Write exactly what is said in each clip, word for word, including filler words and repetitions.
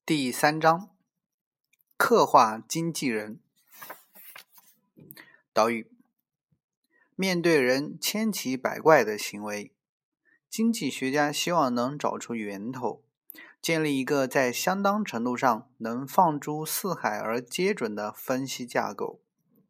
第三章，刻画经纪人。导语：面对人千奇百怪的行为，经济学家希望能找出源头，建立一个在相当程度上能放诸四海而皆准的分析架构。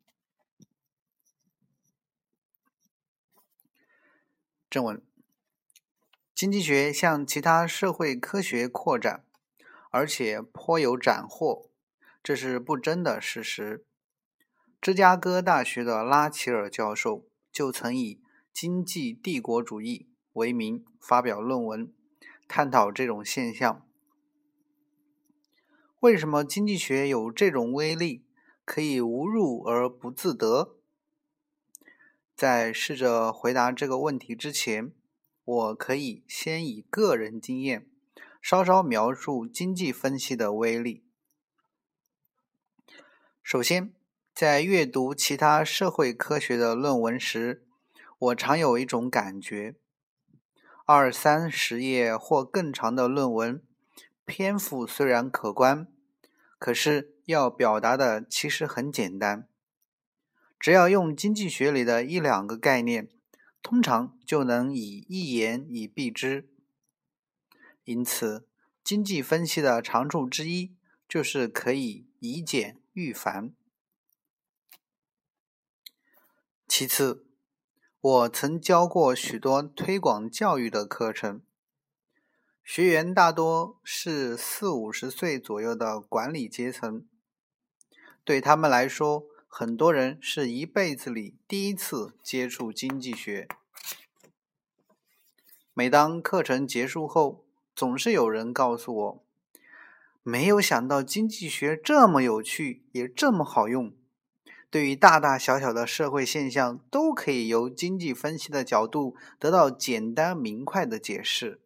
正文：经济学向其他社会科学扩展，而且颇有斩获，这是不争的事实。芝加哥大学的拉齐尔教授就曾以经济帝国主义为名发表论文，探讨这种现象。为什么经济学有这种威力，可以无入而不自得？在试着回答这个问题之前，我可以先以个人经验稍稍描述经济分析的威力。首先，在阅读其他社会科学的论文时，我常有一种感觉：二三十页或更长的论文，篇幅虽然可观，可是要表达的其实很简单。只要用经济学里的一两个概念，通常就能以一言以蔽之。因此，经济分析的长处之一就是可以以简驭繁。其次，我曾教过许多推广教育的课程，学员大多是四五十岁左右的管理阶层。对他们来说，很多人是一辈子里第一次接触经济学。每当课程结束后，总是有人告诉我，没有想到经济学这么有趣，也这么好用。对于大大小小的社会现象，都可以由经济分析的角度得到简单明快的解释。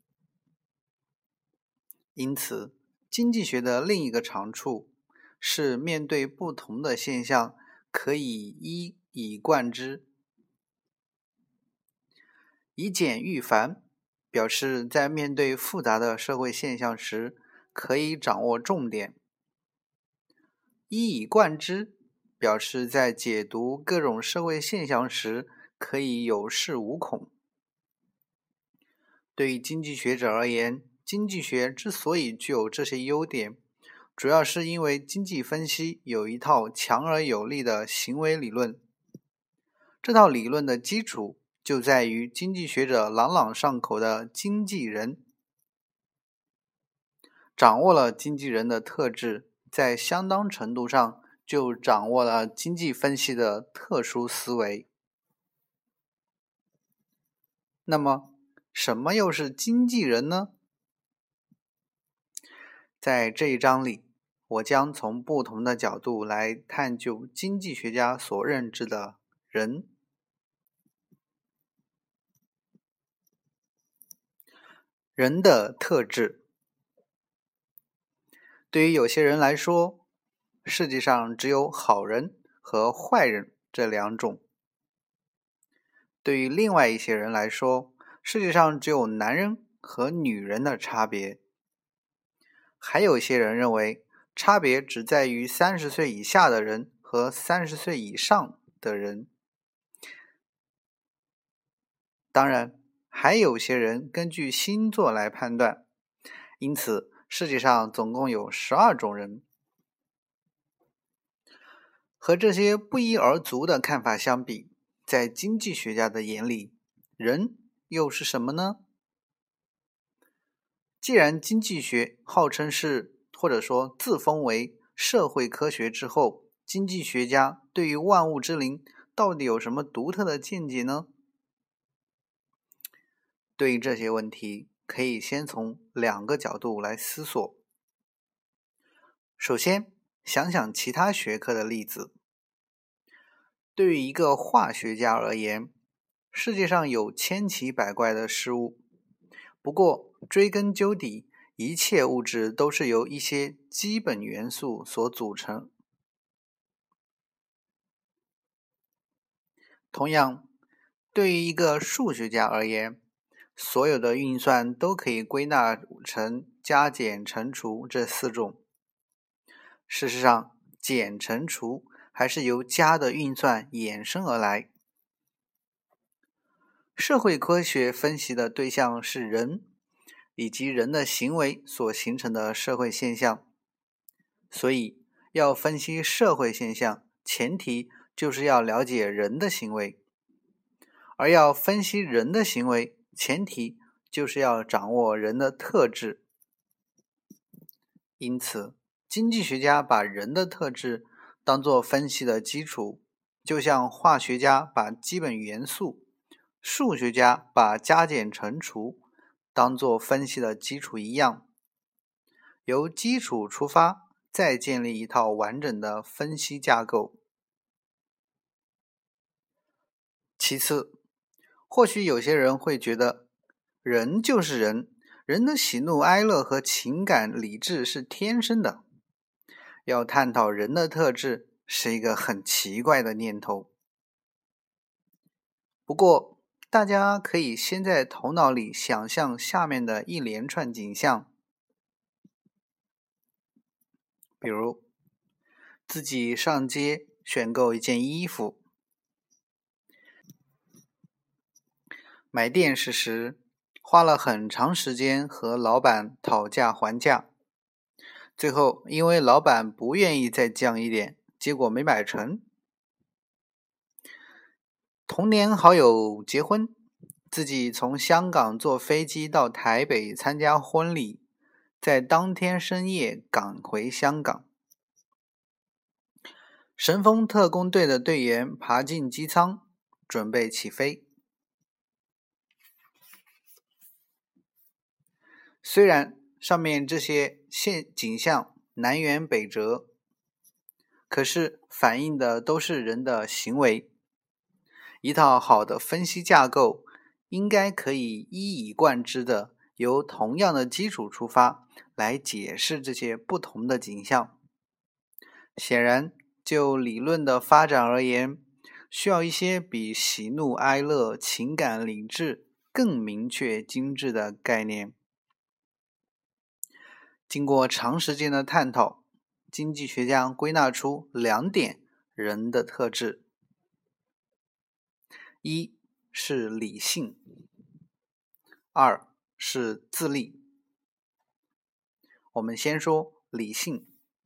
因此，经济学的另一个长处是面对不同的现象，可以一以贯之。以简驭繁，表示在面对复杂的社会现象时，可以掌握重点。一以贯之，表示在解读各种社会现象时，可以有恃无恐。对于经济学者而言，经济学之所以具有这些优点，主要是因为经济分析有一套强而有力的行为理论。这套理论的基础就在于经济学者朗朗上口的经纪人。掌握了经纪人的特质，在相当程度上就掌握了经济分析的特殊思维。那么，什么又是经纪人呢？在这一章里，我将从不同的角度来探究经济学家所认知的人。人的特质。对于有些人来说，世界上只有好人和坏人这两种。对于另外一些人来说，世界上只有男人和女人的差别。还有些人认为，差别只在于三十岁以下的人和三十岁以上的人。当然，还有些人根据星座来判断，因此世界上总共有十二种人。和这些不一而足的看法相比，在经济学家的眼里，人又是什么呢？既然经济学号称是，或者说自封为社会科学之后，经济学家对于万物之灵到底有什么独特的见解呢？对于这些问题，可以先从两个角度来思索。首先，想想其他学科的例子。对于一个化学家而言，世界上有千奇百怪的事物，不过追根究底，一切物质都是由一些基本元素所组成。同样，对于一个数学家而言，所有的运算都可以归纳成加减乘除这四种事实上，减乘除还是由加的运算衍生而来。社会科学分析的对象是人，以及人的行为所形成的社会现象。所以，要分析社会现象，前提就是要了解人的行为。而要分析人的行为，前提就是要掌握人的特质。因此，经济学家把人的特质当作分析的基础，就像化学家把基本元素、数学家把加减乘除当作分析的基础一样。由基础出发，再建立一套完整的分析架构。其次，或许有些人会觉得，人就是人，人的喜怒哀乐和情感理智是天生的。要探讨人的特质是一个很奇怪的念头。不过，大家可以先在头脑里想象下面的一连串景象，比如自己上街选购一件衣服，买电视时花了很长时间和老板讨价还价，最后因为老板不愿意再降一点，结果没买成。童年好友结婚，自己从香港坐飞机到台北参加婚礼，在当天深夜赶回香港。神风特工队的队员爬进机舱，准备起飞。虽然上面这些现景象南辕北辙，可是反映的都是人的行为。一套好的分析架构应该可以一以贯之的由同样的基础出发来解释这些不同的景象。显然，就理论的发展而言，需要一些比喜怒哀乐、情感理智更明确精致的概念。经过长时间的探讨，经济学家归纳出两点人的特质。一是理性，二是自立。我们先说理性。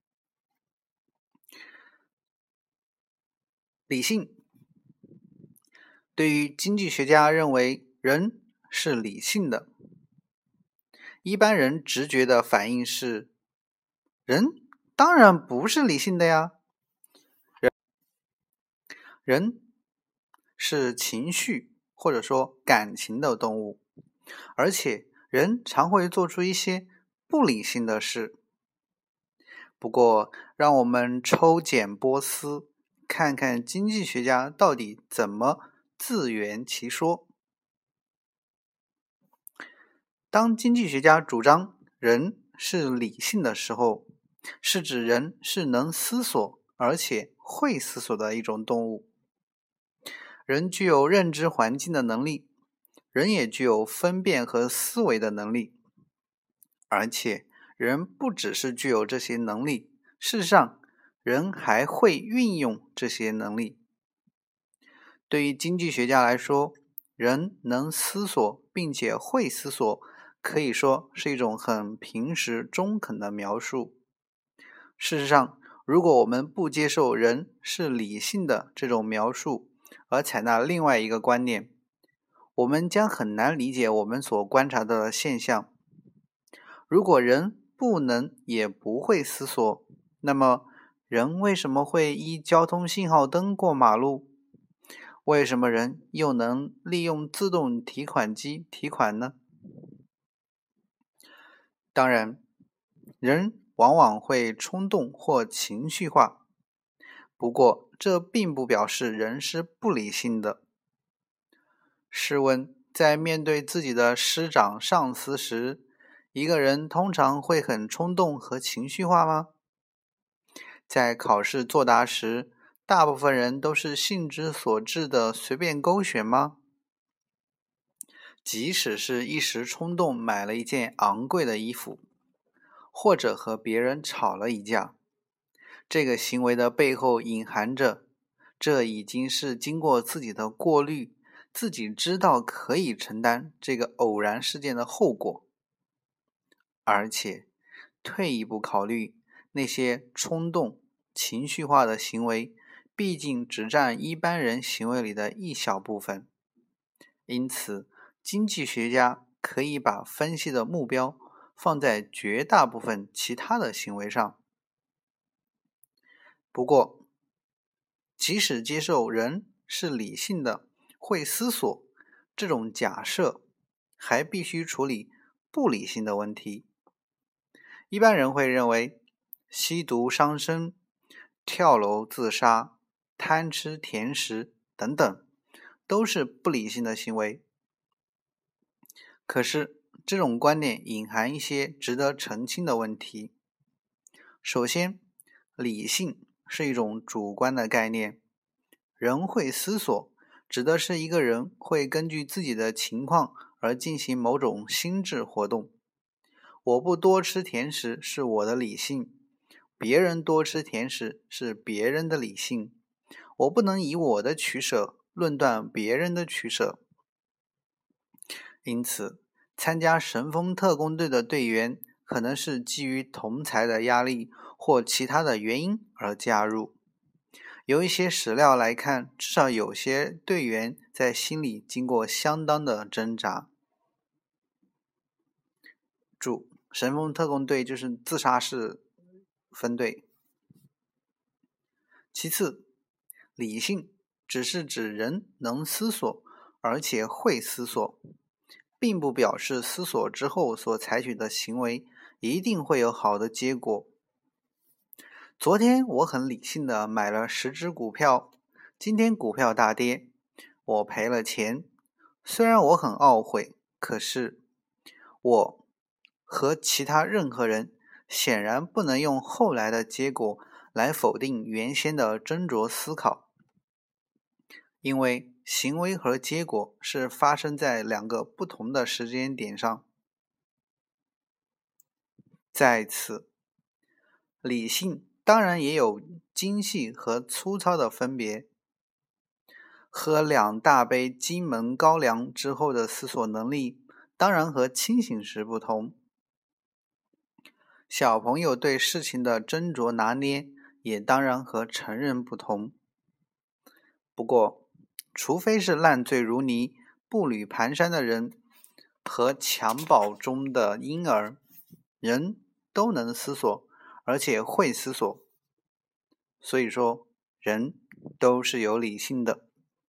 理性对于经济学家认为人是理性的，一般人直觉的反应是，人当然不是理性的呀。人人是情绪或者说感情的动物，而且人常会做出一些不理性的事。不过，让我们抽茧剥丝，看看经济学家到底怎么自圆其说。当经济学家主张人是理性的时候，是指人是能思索而且会思索的一种动物。人具有认知环境的能力，人也具有分辨和思维的能力，而且人不只是具有这些能力，事实上，人还会运用这些能力。对于经济学家来说，人能思索并且会思索，可以说是一种很平实中肯的描述。事实上，如果我们不接受人是理性的这种描述，而采纳另外一个观念，我们将很难理解我们所观察到的现象。如果人不能也不会思索，那么人为什么会依交通信号灯过马路？为什么人又能利用自动提款机提款呢？当然，人往往会冲动或情绪化，不过这并不表示人是不理性的。试问，在面对自己的师长、上司时，一个人通常会很冲动和情绪化吗？在考试作答时，大部分人都是兴之所至的随便勾选吗？即使是一时冲动买了一件昂贵的衣服，或者和别人吵了一架， 这个行为的背后隐含着，这已经是经过自己的过滤，自己知道可以承担这个偶然事件的后果。而且退一步考虑，那些冲动、情绪化的行为，毕竟只占一般人行为里的一小部分。因此，经济学家可以把分析的目标放在绝大部分其他的行为上。不过，即使接受人是理性的、会思索这种假设，还必须处理不理性的问题。一般人会认为，吸毒伤身、跳楼自杀、贪吃甜食等等，都是不理性的行为。可是，这种观念隐含一些值得澄清的问题。首先，理性是一种主观的概念，人会思索，指的是一个人会根据自己的情况而进行某种心智活动。我不多吃甜食是我的理性，别人多吃甜食是别人的理性。我不能以我的取舍论断别人的取舍。因此，参加神风特工队的队员可能是基于同侪的压力或其他的原因而加入。由一些史料来看，至少有些队员在心里经过相当的挣扎。注：神风特工队就是自杀式分队。其次，理性只是指人能思索，而且会思索，并不表示思索之后所采取的行为一定会有好的结果。昨天我很理性的买了十只股票，今天股票大跌，我赔了钱。虽然我很懊悔，可是我和其他任何人显然不能用后来的结果来否定原先的斟酌思考，因为行为和结果是发生在两个不同的时间点上。在此，理性当然也有精细和粗糙的分别。喝两大杯金门高粱之后的思索能力，当然和清醒时不同。小朋友对事情的斟酌拿捏，也当然和成人不同。不过，除非是烂醉如泥、步履蹒跚的人和襁褓中的婴儿，人都能思索，而且会思索。所以说，人都是有理性的。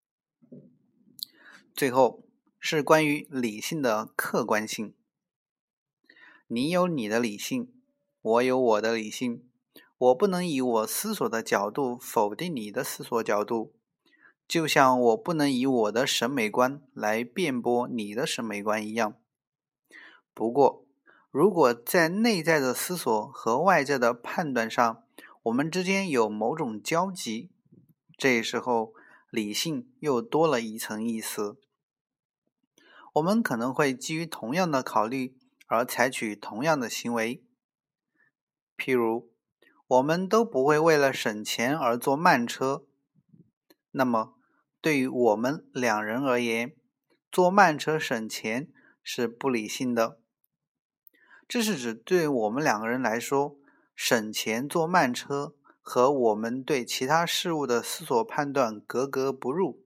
最后是关于理性的客观性。你有你的理性，我有我的理性，我不能以我思索的角度否定你的思索角度，就像我不能以我的审美观来辩驳你的审美观一样。不过，如果在内在的思索和外在的判断上，我们之间有某种交集，这时候理性又多了一层意思。我们可能会基于同样的考虑而采取同样的行为。譬如，我们都不会为了省钱而坐慢车，那么对于我们两人而言，坐慢车省钱是不理性的。这是指对我们两个人来说，省钱坐慢车和我们对其他事物的思索判断格格不入。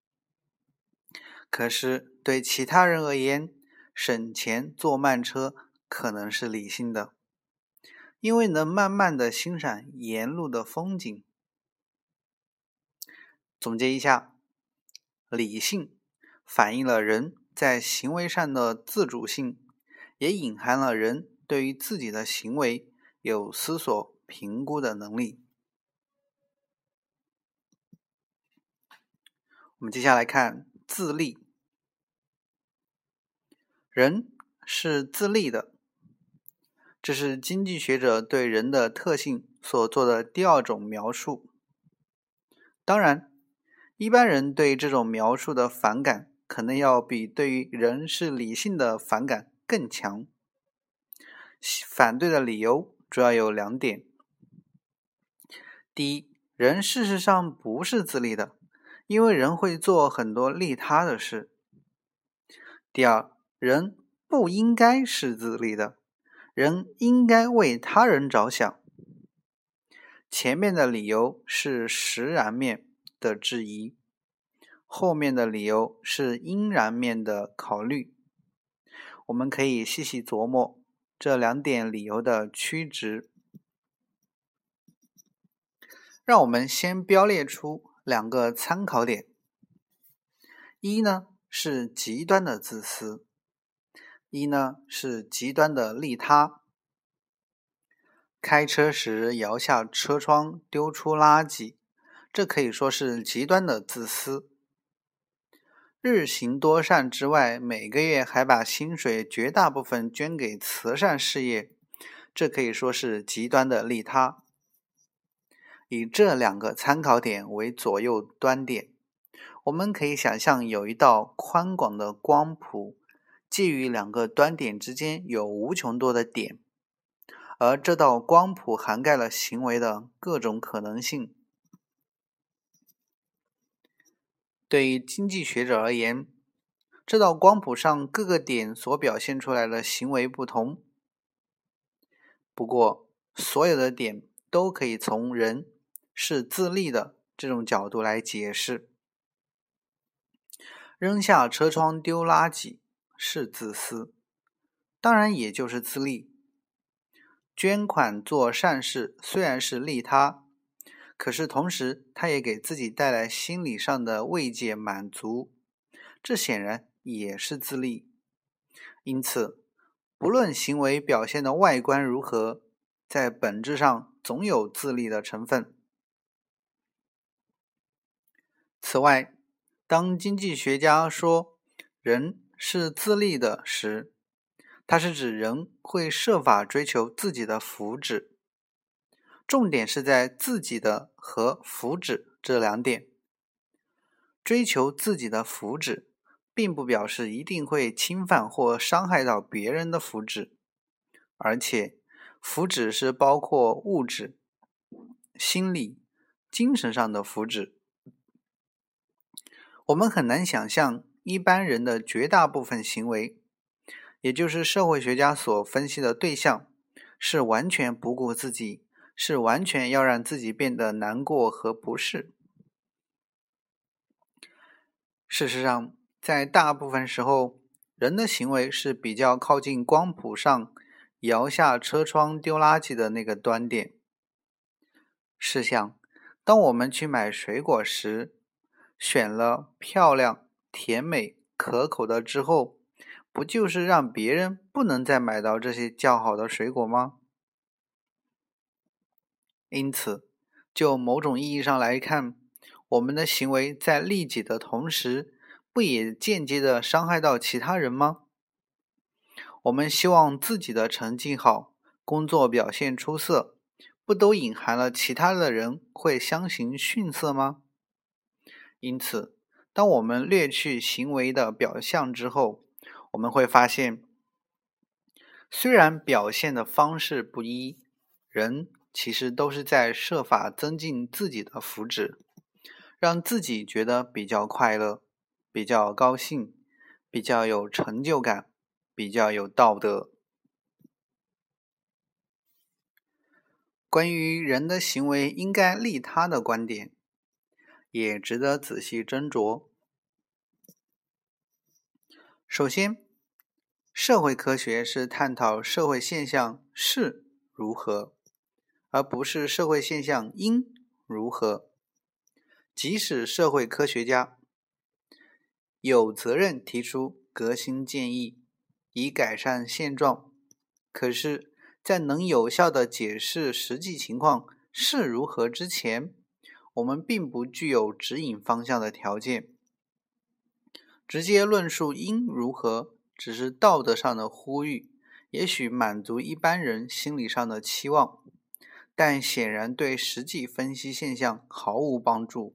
可是对其他人而言，省钱坐慢车可能是理性的，因为能慢慢地欣赏沿路的风景。总结一下，理性反映了人在行为上的自主性，也隐含了人对于自己的行为有思索评估的能力。我们接下来看自立。人是自立的，这是经济学者对人的特性所做的第二种描述。当然，一般人对这种描述的反感可能要比对于人是理性的反感更强。反对的理由主要有两点。 第一，人事实上不是自利的，因为人会做很多利他的事。第二，人不应该是自利的，人应该为他人着想。前面的理由是实然面的质疑，后面的理由是因然面的考虑。我们可以细细琢磨这两点理由的曲直。让我们先标列出两个参考点。一呢是极端的自私，一呢是极端的利他。开车时摇下车窗丢出垃圾，这可以说是极端的自私。日行多善之外，每个月还把薪水绝大部分捐给慈善事业，这可以说是极端的利他。以这两个参考点为左右端点，我们可以想象有一道宽广的光谱，介于两个端点之间有无穷多的点，而这道光谱涵盖了行为的各种可能性。对于经济学者而言，这道光谱上各个点所表现出来的行为不同。不过，所有的点都可以从人是自利的这种角度来解释。扔下车窗丢垃圾是自私，当然也就是自利。捐款做善事虽然是利他，可是同时它也给自己带来心理上的慰藉满足，这显然也是自利。因此，不论行为表现的外观如何，在本质上总有自利的成分。此外，当经济学家说人是自利的时，它是指人会设法追求自己的福祉，重点是在自己的和福祉这两点。追求自己的福祉，并不表示一定会侵犯或伤害到别人的福祉，而且福祉是包括物质、心理、精神上的福祉。我们很难想象一般人的绝大部分行为，也就是社会学家所分析的对象，是完全不顾自己，是完全要让自己变得难过和不适。事实上，在大部分时候，人的行为是比较靠近光谱上摇下车窗丢垃圾的那个端点。试想，当我们去买水果时，选了漂亮、甜美、可口的之后，不就是让别人不能再买到这些较好的水果吗？因此，就某种意义上来看，我们的行为在利己的同时，不也间接地伤害到其他人吗？我们希望自己的成绩好，工作表现出色，不都隐含了其他的人会相形逊色吗？因此，当我们略去行为的表象之后，我们会发现，虽然表现的方式不一，人其实都是在设法增进自己的福祉，让自己觉得比较快乐，比较高兴，比较有成就感，比较有道德。关于人的行为应该利他的观点，也值得仔细斟酌。首先，社会科学是探讨社会现象是如何，而不是社会现象应如何。即使社会科学家有责任提出革新建议，以改善现状，可是在能有效地解释实际情况是如何之前，我们并不具有指引方向的条件。直接论述应如何，只是道德上的呼吁，也许满足一般人心理上的期望，但显然对实际分析现象毫无帮助。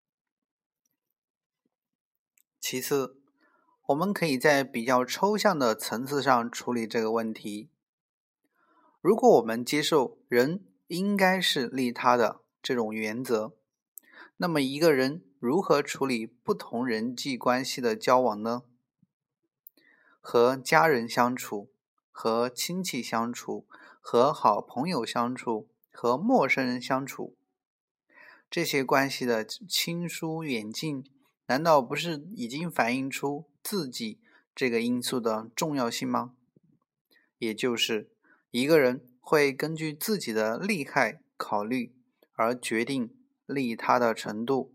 其次，我们可以在比较抽象的层次上处理这个问题。如果我们接受人应该是利他的， 这种原则，那么一个人如何处理不同人际关系的交往呢？和家人相处，和亲戚相处，和好朋友相处，和陌生人相处，这些关系的亲疏远近，难道不是已经反映出自己这个因素的重要性吗？也就是一个人会根据自己的利害考虑而决定利他的程度。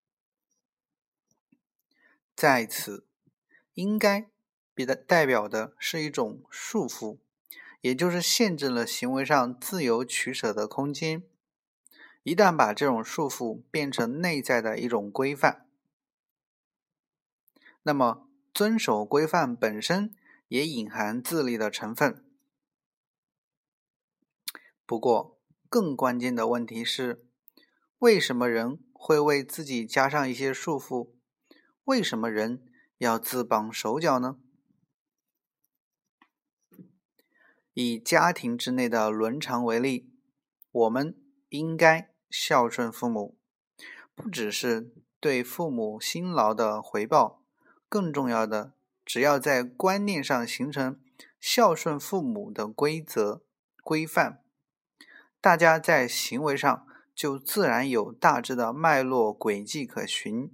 在此，应该代表的是一种束缚，也就是限制了行为上自由取舍的空间。一旦把这种束缚变成内在的一种规范，那么遵守规范本身也隐含自利的成分。不过，更关键的问题是，为什么人会为自己加上一些束缚？为什么人要自绑手脚呢？以家庭之内的伦常为例，我们应该孝顺父母，不只是对父母辛劳的回报，更重要的，只要在观念上形成孝顺父母的规则规范，大家在行为上就自然有大致的脉络轨迹可循。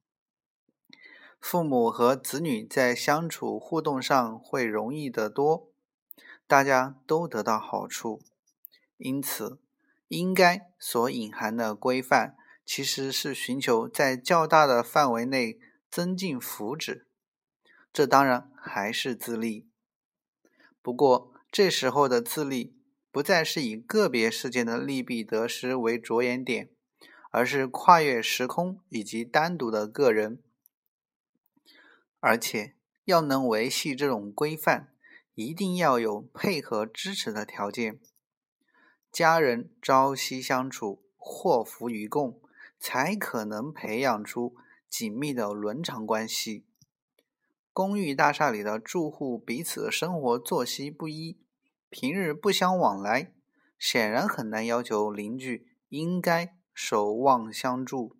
父母和子女在相处互动上会容易得多，大家都得到好处。因此，应该所隐含的规范其实是寻求在较大的范围内增进福祉，这当然还是自利。不过，这时候的自利不再是以个别事件的利弊得失为着眼点，而是跨越时空以及单独的个人。而且，要能维系这种规范，一定要有配合支持的条件。家人朝夕相处，祸福与共，才可能培养出紧密的伦常关系。公寓大厦里的住户彼此的生活作息不一，平日不相往来，显然很难要求邻居应该守望相助。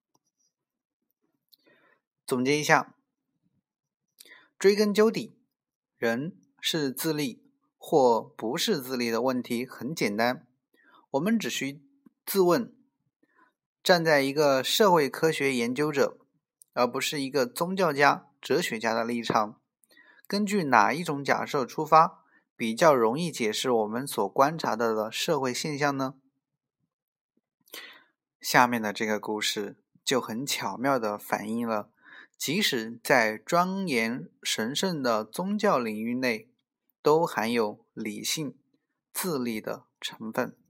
总结一下，追根究底，人是自利或不是自利的问题很简单，我们只需自问，站在一个社会科学研究者，而不是一个宗教家、哲学家的立场，根据哪一种假设出发，比较容易解释我们所观察到的社会现象呢？下面的这个故事就很巧妙地反映了，即使在庄严神圣的宗教领域内，都含有理性、自利的成分。